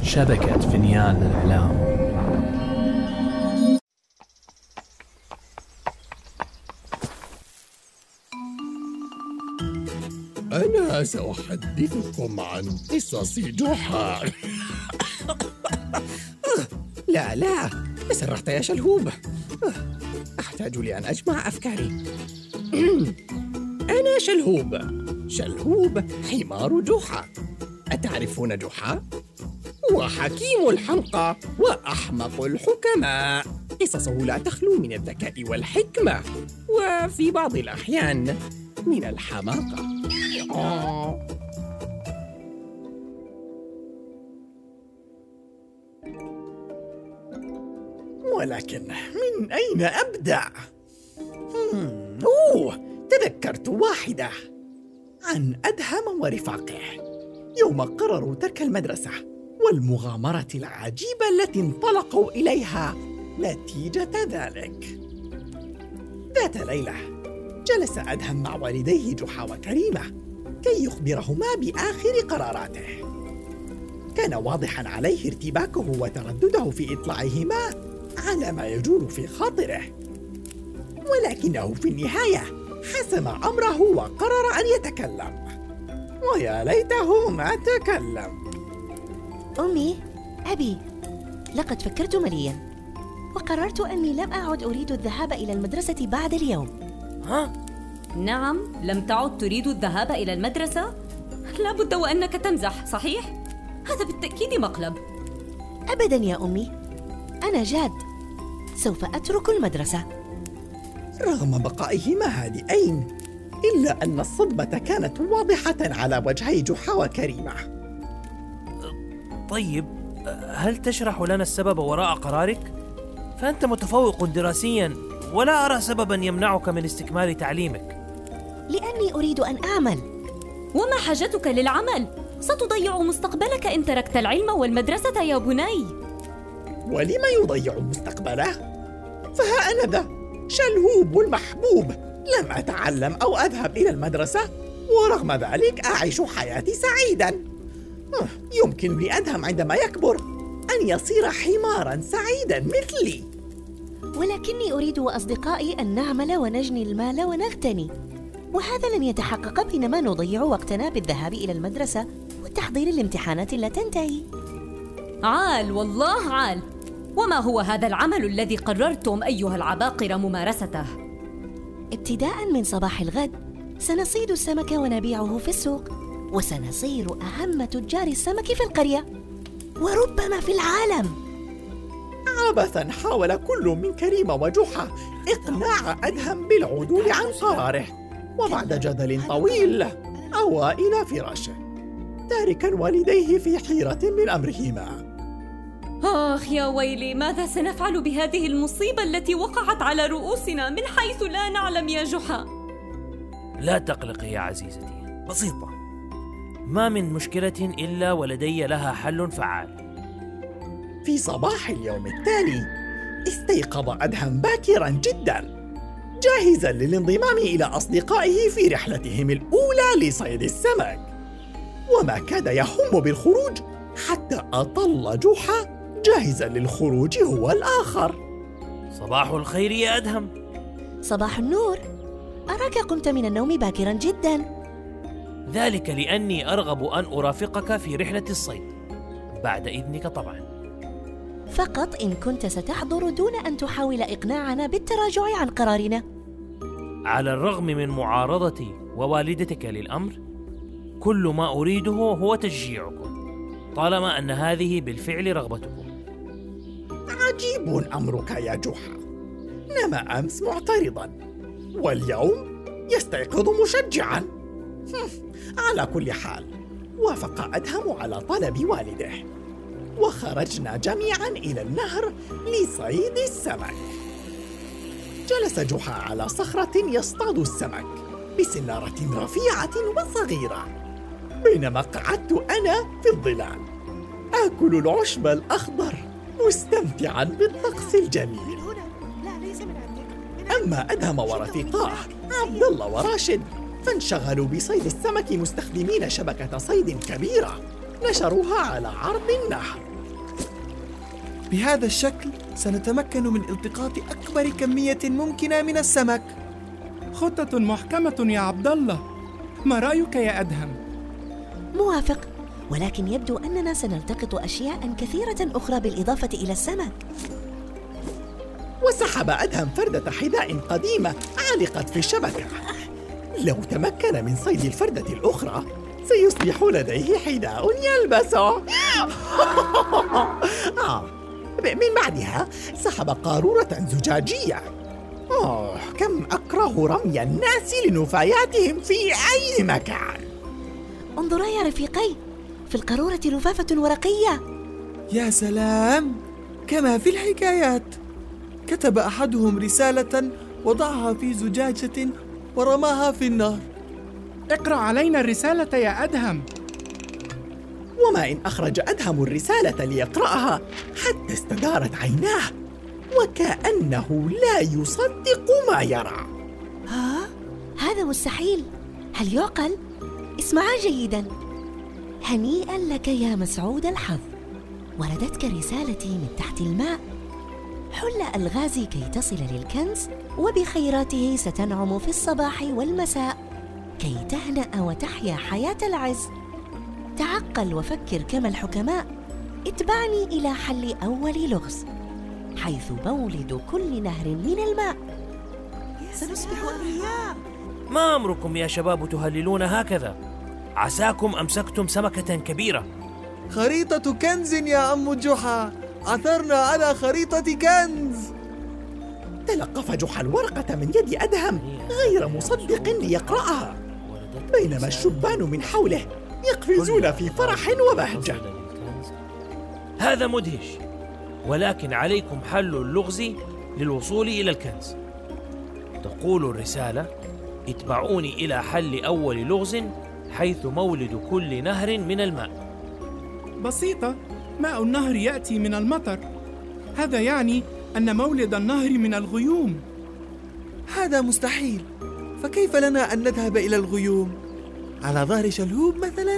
شبكة فينيان للإعلام. أنا سأحدثكم عن قصص جحا. لا تسرحت يا شلهوب. أحتاج لأن أجمع أفكاري. أنا شلهوب حمار جحا. أتعرفون جحا؟ هو حكيم الحمقى وأحمق الحكماء. قصصه لا تخلو من الذكاء والحكمة، وفي بعض الأحيان من الحماقة. ولكن من أين أبدأ؟ تذكرت واحدة عن أدهم ورفاقه يوم قرروا ترك المدرسة والمغامرة العجيبة التي انطلقوا إليها نتيجة ذلك. ذات ليلة جلس أدهم مع والديه جحا وكريمة كي يخبرهما بآخر قراراته. كان واضحاً عليه ارتباكه وتردده في إطلاعهما على ما يجول في خاطره، ولكنه في النهاية حسم أمره وقرر أن يتكلم. ويا ليته ما تكلم. أمي، أبي، لقد فكرت ملياً وقررت أني لم أعد أريد الذهاب إلى المدرسة بعد اليوم. ها؟ نعم، لم تعد تريد الذهاب إلى المدرسة؟ لا بد وأنك تمزح، صحيح؟ هذا بالتأكيد مقلب. أبداً يا أمي، أنا جاد، سوف أترك المدرسة. رغم بقائهما هادئين، إلا أن الصدمة كانت واضحة على وجهي جحا وكريمة. طيب، هل تشرح لنا السبب وراء قرارك؟ فأنت متفوق دراسياً، ولا أرى سبباً يمنعك من استكمال تعليمك. لأني أريد أن أعمل. وما حاجتك للعمل؟ ستضيع مستقبلك إن تركت العلم والمدرسة يا بني. ولم يضيع مستقبله؟ فها أنا ذا شلهوب المحبوب، لم أتعلم أو أذهب إلى المدرسة، ورغم ذلك أعيش حياتي سعيداً. يمكن لأدهم عندما يكبر أن يصير حماراً سعيداً مثلي. ولكني أريد وأصدقائي أن نعمل ونجني المال ونغتني، وهذا لن يتحقق بينما نضيع وقتنا بالذهاب إلى المدرسة وتحضير الامتحانات لا تنتهي. عال والله عال. وما هو هذا العمل الذي قررتم أيها العباقرة ممارسته؟ ابتداء من صباح الغد سنصيد السمك ونبيعه في السوق، وسنصير أهم تجار السمك في القرية وربما في العالم. عبثاً حاول كل من كريمة وجحا إقناع أدهم بالعدول عن قراره، وبعد جدل طويل أوى إلى فراشه، تاركاً والديه في حيرة من أمرهما. آخ يا ويلي، ماذا سنفعل بهذه المصيبة التي وقعت على رؤوسنا من حيث لا نعلم يا جحا؟ لا تقلقي يا عزيزتي، بسيطة، ما من مشكلة إلا ولدي لها حل فعال. في صباح اليوم التالي استيقظ أدهم باكراً جداً، جاهزاً للانضمام إلى أصدقائه في رحلتهم الأولى لصيد السمك. وما كاد يهم بالخروج حتى أطل جحا جاهزاً للخروج هو الآخر. صباح الخير يا أدهم. صباح النور، أراك قمت من النوم باكراً جداً. ذلك لأني أرغب أن أرافقك في رحلة الصيد، بعد إذنك طبعاً. فقط إن كنت ستحضر دون أن تحاول إقناعنا بالتراجع عن قرارنا. على الرغم من معارضتي ووالدتك للأمر، كل ما أريده هو تشجيعكم، طالما أن هذه بالفعل رغبتكم. عجيب أمرك يا جحا، نام أمس معترضاً واليوم يستيقظ مشجعاً. على كل حال، وافق أدهم على طلب والده، وخرجنا جميعاً إلى النهر لصيد السمك. جلس جحا على صخرة يصطاد السمك بسنارة رفيعة وصغيرة، بينما قعدت أنا في الظلال آكل العشب الأخضر مستمتعاً بالطقس الجميل. أما أدهم ورفيقاه عبد الله وراشد فانشغلوا بصيد السمك مستخدمين شبكة صيد كبيرة نشروها على عرض النهر. بهذا الشكل سنتمكن من التقاط أكبر كمية ممكنة من السمك. خطة محكمة يا عبد الله، ما رأيك يا أدهم؟ موافق، ولكن يبدو أننا سنلتقط أشياء كثيرة أخرى بالإضافة إلى السمك. وسحب أدهم فردة حذاء قديمة علقت في الشبكة. لو تمكن من صيد الفردة الأخرى سيصبح لديه حذاء يلبسه. من بعدها سحب قارورة زجاجية. كم أكره رمي الناس لنفاياتهم في أي مكان. انظرا يا رفيقي، في القارورة لفافة ورقية. يا سلام، كما في الحكايات. كتب أحدهم رسالة وضعها في زجاجة ورماها في النار. اقرأ علينا الرسالة يا أدهم. وما إن أخرج أدهم الرسالة ليقرأها حتى استدارت عيناه وكأنه لا يصدق ما يرى. هذا مستحيل، هل يعقل؟ اسمعا جيدا. هنيئا لك يا مسعود الحظ، وردتك رسالتي من تحت الماء. حل ألغازي كي تصل للكنز، وبخيراته ستنعم في الصباح والمساء كي تهنأ وتحيا حياة العز. تعقل وفكر كما الحكماء. اتبعني إلى حل أول لغز، حيث مولد كل نهر من الماء. سنصبح أغنياء. ما أمركم يا شباب تهللون هكذا؟ عساكم أمسكتم سمكة كبيرة. خريطة كنز يا أم جحا، عثرنا على خريطة كنز. تلقف جحا الورقة من يد أدهم غير مصدق ليقرأها، بينما الشبان من حوله يقفزون في فرح وبهجة. هذا مدهش، ولكن عليكم حل اللغز للوصول إلى الكنز. تقول الرسالة: اتبعوني إلى حل أول لغز حيث مولد كل نهر من الماء. بسيطة، ماء النهر يأتي من المطر، هذا يعني أن مولد النهر من الغيوم. هذا مستحيل، فكيف لنا أن نذهب إلى الغيوم؟ على ظهر شلهوب مثلا؟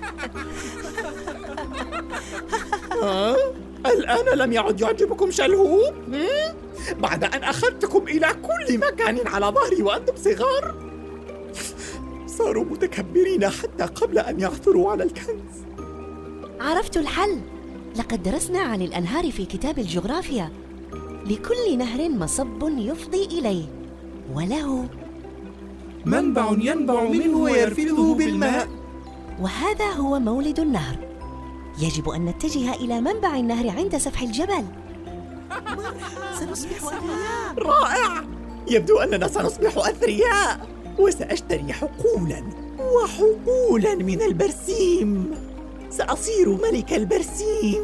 الآن لم يعد يعجبكم شلهوب؟ بعد أن أخذتكم إلى كل مكان على ظهري وأنتم صغار؟ صاروا متكبرين حتى قبل أن يعثروا على الكنز. عرفت الحل، لقد درسنا عن الأنهار في كتاب الجغرافيا. لكل نهر مصب يفضي إليه، وله منبع ينبع منه ويرفده بالماء. وهذا هو مولد النهر. يجب أن نتجه إلى منبع النهر عند سفح الجبل. سنصبح أغنياء. رائع، يبدو أننا سنصبح أثرياء، وسأشتري حقولا من البرسيم. سأصير ملك البرسيم.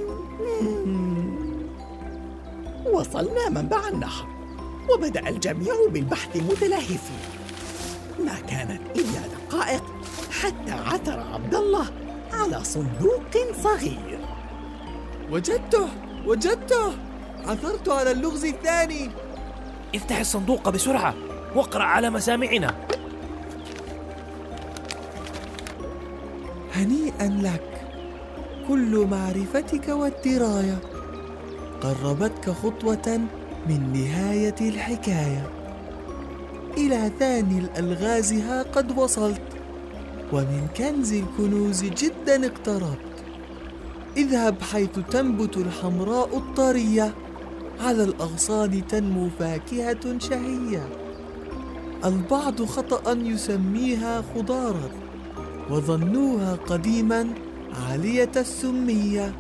وصلنا منبع النهر، وبدأ الجميع بالبحث متلهفين. ما كانت إلا دقائق حتى عثر عبد الله على صندوق صغير. وجدته، عثرت على اللغز الثاني. افتح الصندوق بسرعة واقرأ على مسامعنا. هنيئا لك، كل معرفتك والدراية قربتك خطوة من نهاية الحكاية. إلى ثاني الألغاز ها قد وصلت، ومن كنز الكنوز جدا اقتربت. اذهب حيث تنبت الحمراء الطرية، على الأغصان تنمو فاكهة شهية. البعض خطأ يسميها خضارا، وظنوها قديما عالية السمية.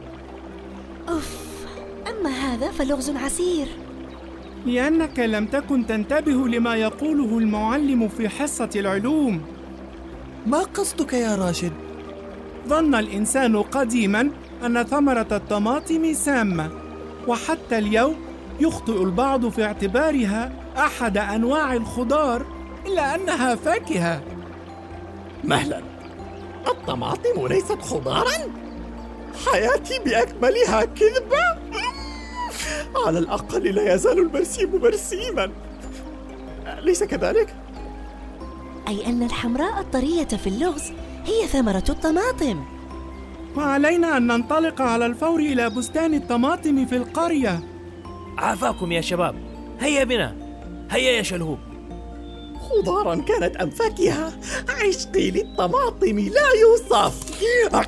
أما هذا فلغز عسير. لأنك لم تكن تنتبه لما يقوله المعلم في حصة العلوم. ما قصدك يا راشد؟ ظن الإنسان قديما أن ثمرة الطماطم سامة، وحتى اليوم يخطئ البعض في اعتبارها أحد أنواع الخضار، إلا أنها فاكهة. مهلا، الطماطم ليست خضارا؟ حياتي بأكملها كذبة؟ على الأقل لا يزال البرسيم برسيما، ليس كذلك؟ أي أن الحمراء الطرية في اللغز هي ثمرة الطماطم. وعلينا أن ننطلق على الفور إلى بستان الطماطم في القرية. عافاكم يا شباب، هيا بنا، هيا يا شلهوب. خضارا كانت أم فاكهة، عشقي للطماطم لا يوصف.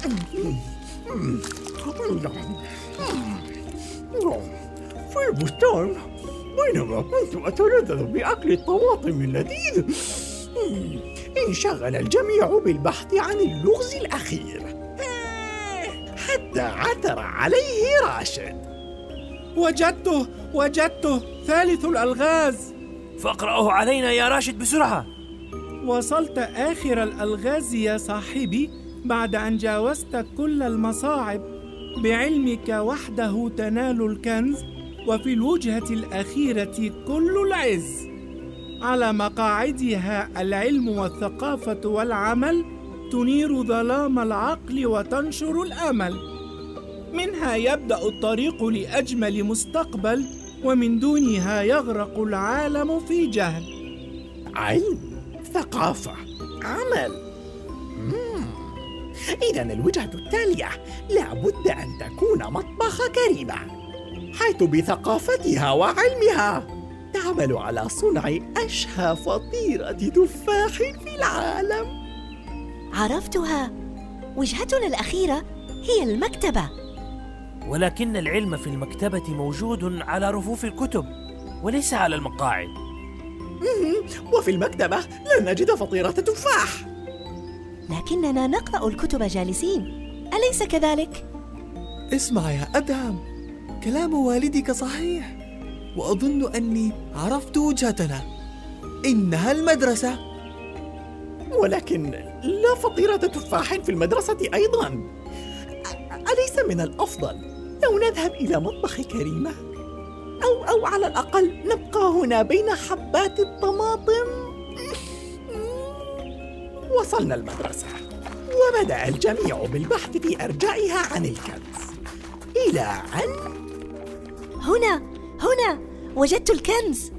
في البستان بينما كنت أتلذذ بأكل الطماطم اللذيذ انشغل الجميع بالبحث عن اللغز الأخير، حتى عثر عليه راشد. وجدته، ثالث الألغاز. فاقرأه علينا يا راشد بسرعة. وصلت آخر الألغاز يا صاحبي بعد أن جاوزت كل المصاعب. بعلمك وحده تنال الكنز، وفي الوجهة الأخيرة كل العز. على مقاعدها العلم والثقافة والعمل تنير ظلام العقل وتنشر الأمل. منها يبدأ الطريق لأجمل مستقبل، ومن دونها يغرق العالم في جهل. علم، ثقافة، عمل. إذن الوجهة التالية لابد أن تكون مطبخ كريمة، حيث بثقافتها وعلمها تعمل على صنع أشهى فطيرة تفاح في العالم. عرفتها، وجهتنا الأخيرة هي المكتبة. ولكن العلم في المكتبة موجود على رفوف الكتب وليس على المقاعد. وفي المكتبة لن نجد فطيرة تفاح. لكننا نقرأ الكتب جالسين، أليس كذلك؟ اسمع يا أدهم، كلام والدك صحيح، وأظن أني عرفت وجهتنا، إنها المدرسة. ولكن لا فطيرة تفاح في المدرسة أيضاً. أليس من الأفضل لو نذهب إلى مطبخ كريمة؟ أو على الأقل نبقى هنا بين حبات الطماطم. وصلنا المدرسة، وبدأ الجميع بالبحث في أرجائها عن الكنز، إلى أن هنا وجدت الكنز.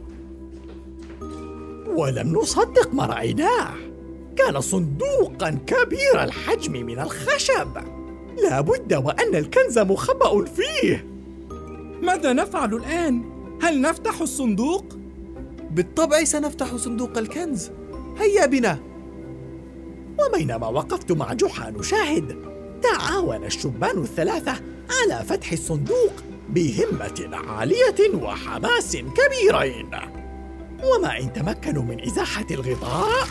ولم نصدق ما رأيناه. كان صندوقاً كبير الحجم من الخشب، لا بد وأن الكنز مخبأ فيه. ماذا نفعل الآن؟ هل نفتح الصندوق؟ بالطبع سنفتح صندوق الكنز، هيا بنا. وبينما وقفت مع جحا نشاهد، تعاون الشبان الثلاثة على فتح الصندوق بهمة عالية وحماس كبيرين. وما إن تمكنوا من إزاحة الغطاء.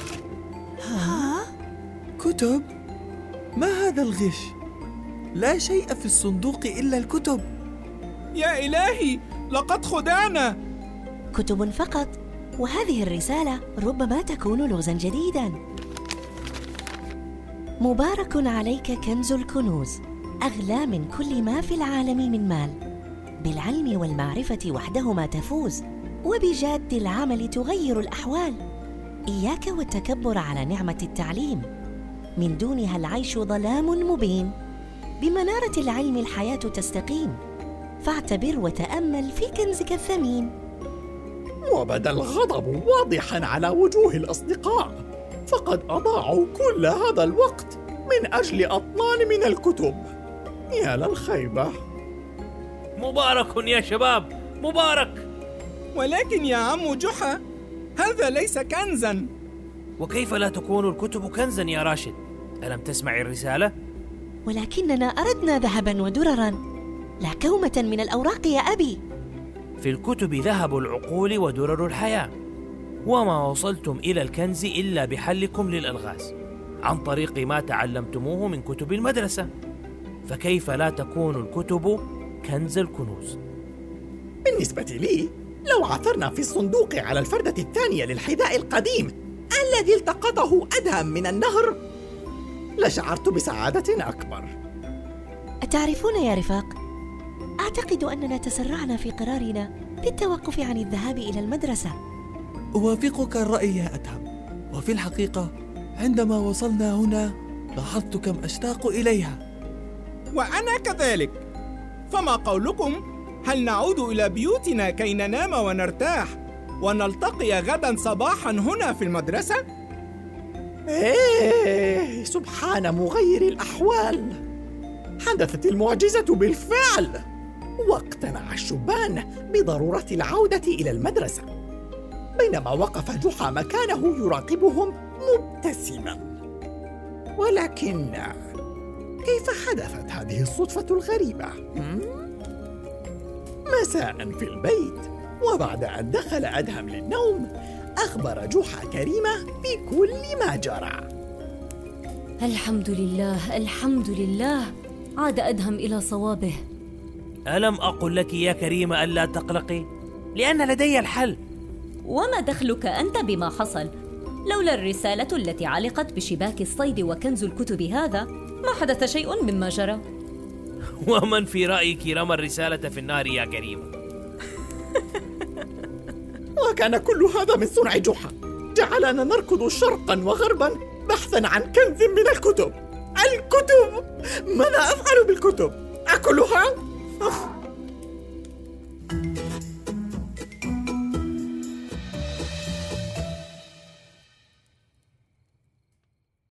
كتب؟ ما هذا الغش؟ لا شيء في الصندوق إلا الكتب. يا إلهي، لقد خدعنا. كتب فقط، وهذه الرسالة ربما تكون لغزاً جديداً. مبارك عليك كنز الكنوز، أغلى من كل ما في العالم من مال. بالعلم والمعرفة وحدهما تفوز، وبجاد العمل تغير الأحوال. إياك والتكبر على نعمة التعليم، من دونها العيش ظلام مبين. بمنارة العلم الحياة تستقيم، فاعتبر وتأمل في كنزك الثمين. وبدا الغضب واضحا على وجوه الأصدقاء، فقد أضاعوا كل هذا الوقت من أجل أطنان من الكتب. يا للخيبة. مبارك يا شباب، مبارك. ولكن يا عم جحا، هذا ليس كنزاً. وكيف لا تكون الكتب كنزاً يا راشد؟ ألم تسمع الرسالة؟ ولكننا أردنا ذهباً ودرراً، لا كومة من الأوراق يا أبي. في الكتب ذهب العقول ودرر الحياة، وما وصلتم إلى الكنز إلا بحلكم للألغاز عن طريق ما تعلمتموه من كتب المدرسة، فكيف لا تكون الكتب كنز الكنوز؟ بالنسبة لي، لو عثرنا في الصندوق على الفردة الثانية للحذاء القديم الذي التقطه أدهم من النهر، لشعرت بسعادة أكبر. أتعرفون يا رفاق، أعتقد أننا تسرعنا في قرارنا بالتوقف عن الذهاب إلى المدرسة. أوافقك الرأي يا أدهم، وفي الحقيقة عندما وصلنا هنا لاحظت كم أشتاق إليها. وأنا كذلك. فما قولكم؟ هل نعود إلى بيوتنا كي ننام ونرتاح، ونلتقي غدا صباحا هنا في المدرسة؟ سبحان مغير الأحوال. حدثت المعجزة بالفعل، واقتنع الشبان بضرورة العودة إلى المدرسة، بينما وقف جحا مكانه يراقبهم مبتسما. ولكن كيف حدثت هذه الصدفة الغريبة؟ مساء في البيت، وبعد أن دخل أدهم للنوم أخبر جحا كريمة بكل ما جرى. الحمد لله الحمد لله، عاد أدهم إلى صوابه. ألم أقل لك يا كريمة ألا تقلقي؟ لأن لدي الحل. وما دخلك أنت بما حصل؟ لولا الرسالة التي علقت بشباك الصيد وكنز الكتب هذا ما حدث شيء مما جرى. ومن في رأيك رمى الرسالة في النار يا كريمة؟ وكان كل هذا من صنع جحا، جعلنا نركض شرقا وغربا بحثا عن كنز من الكتب. الكتب! ماذا أفعل بالكتب؟ أكلها؟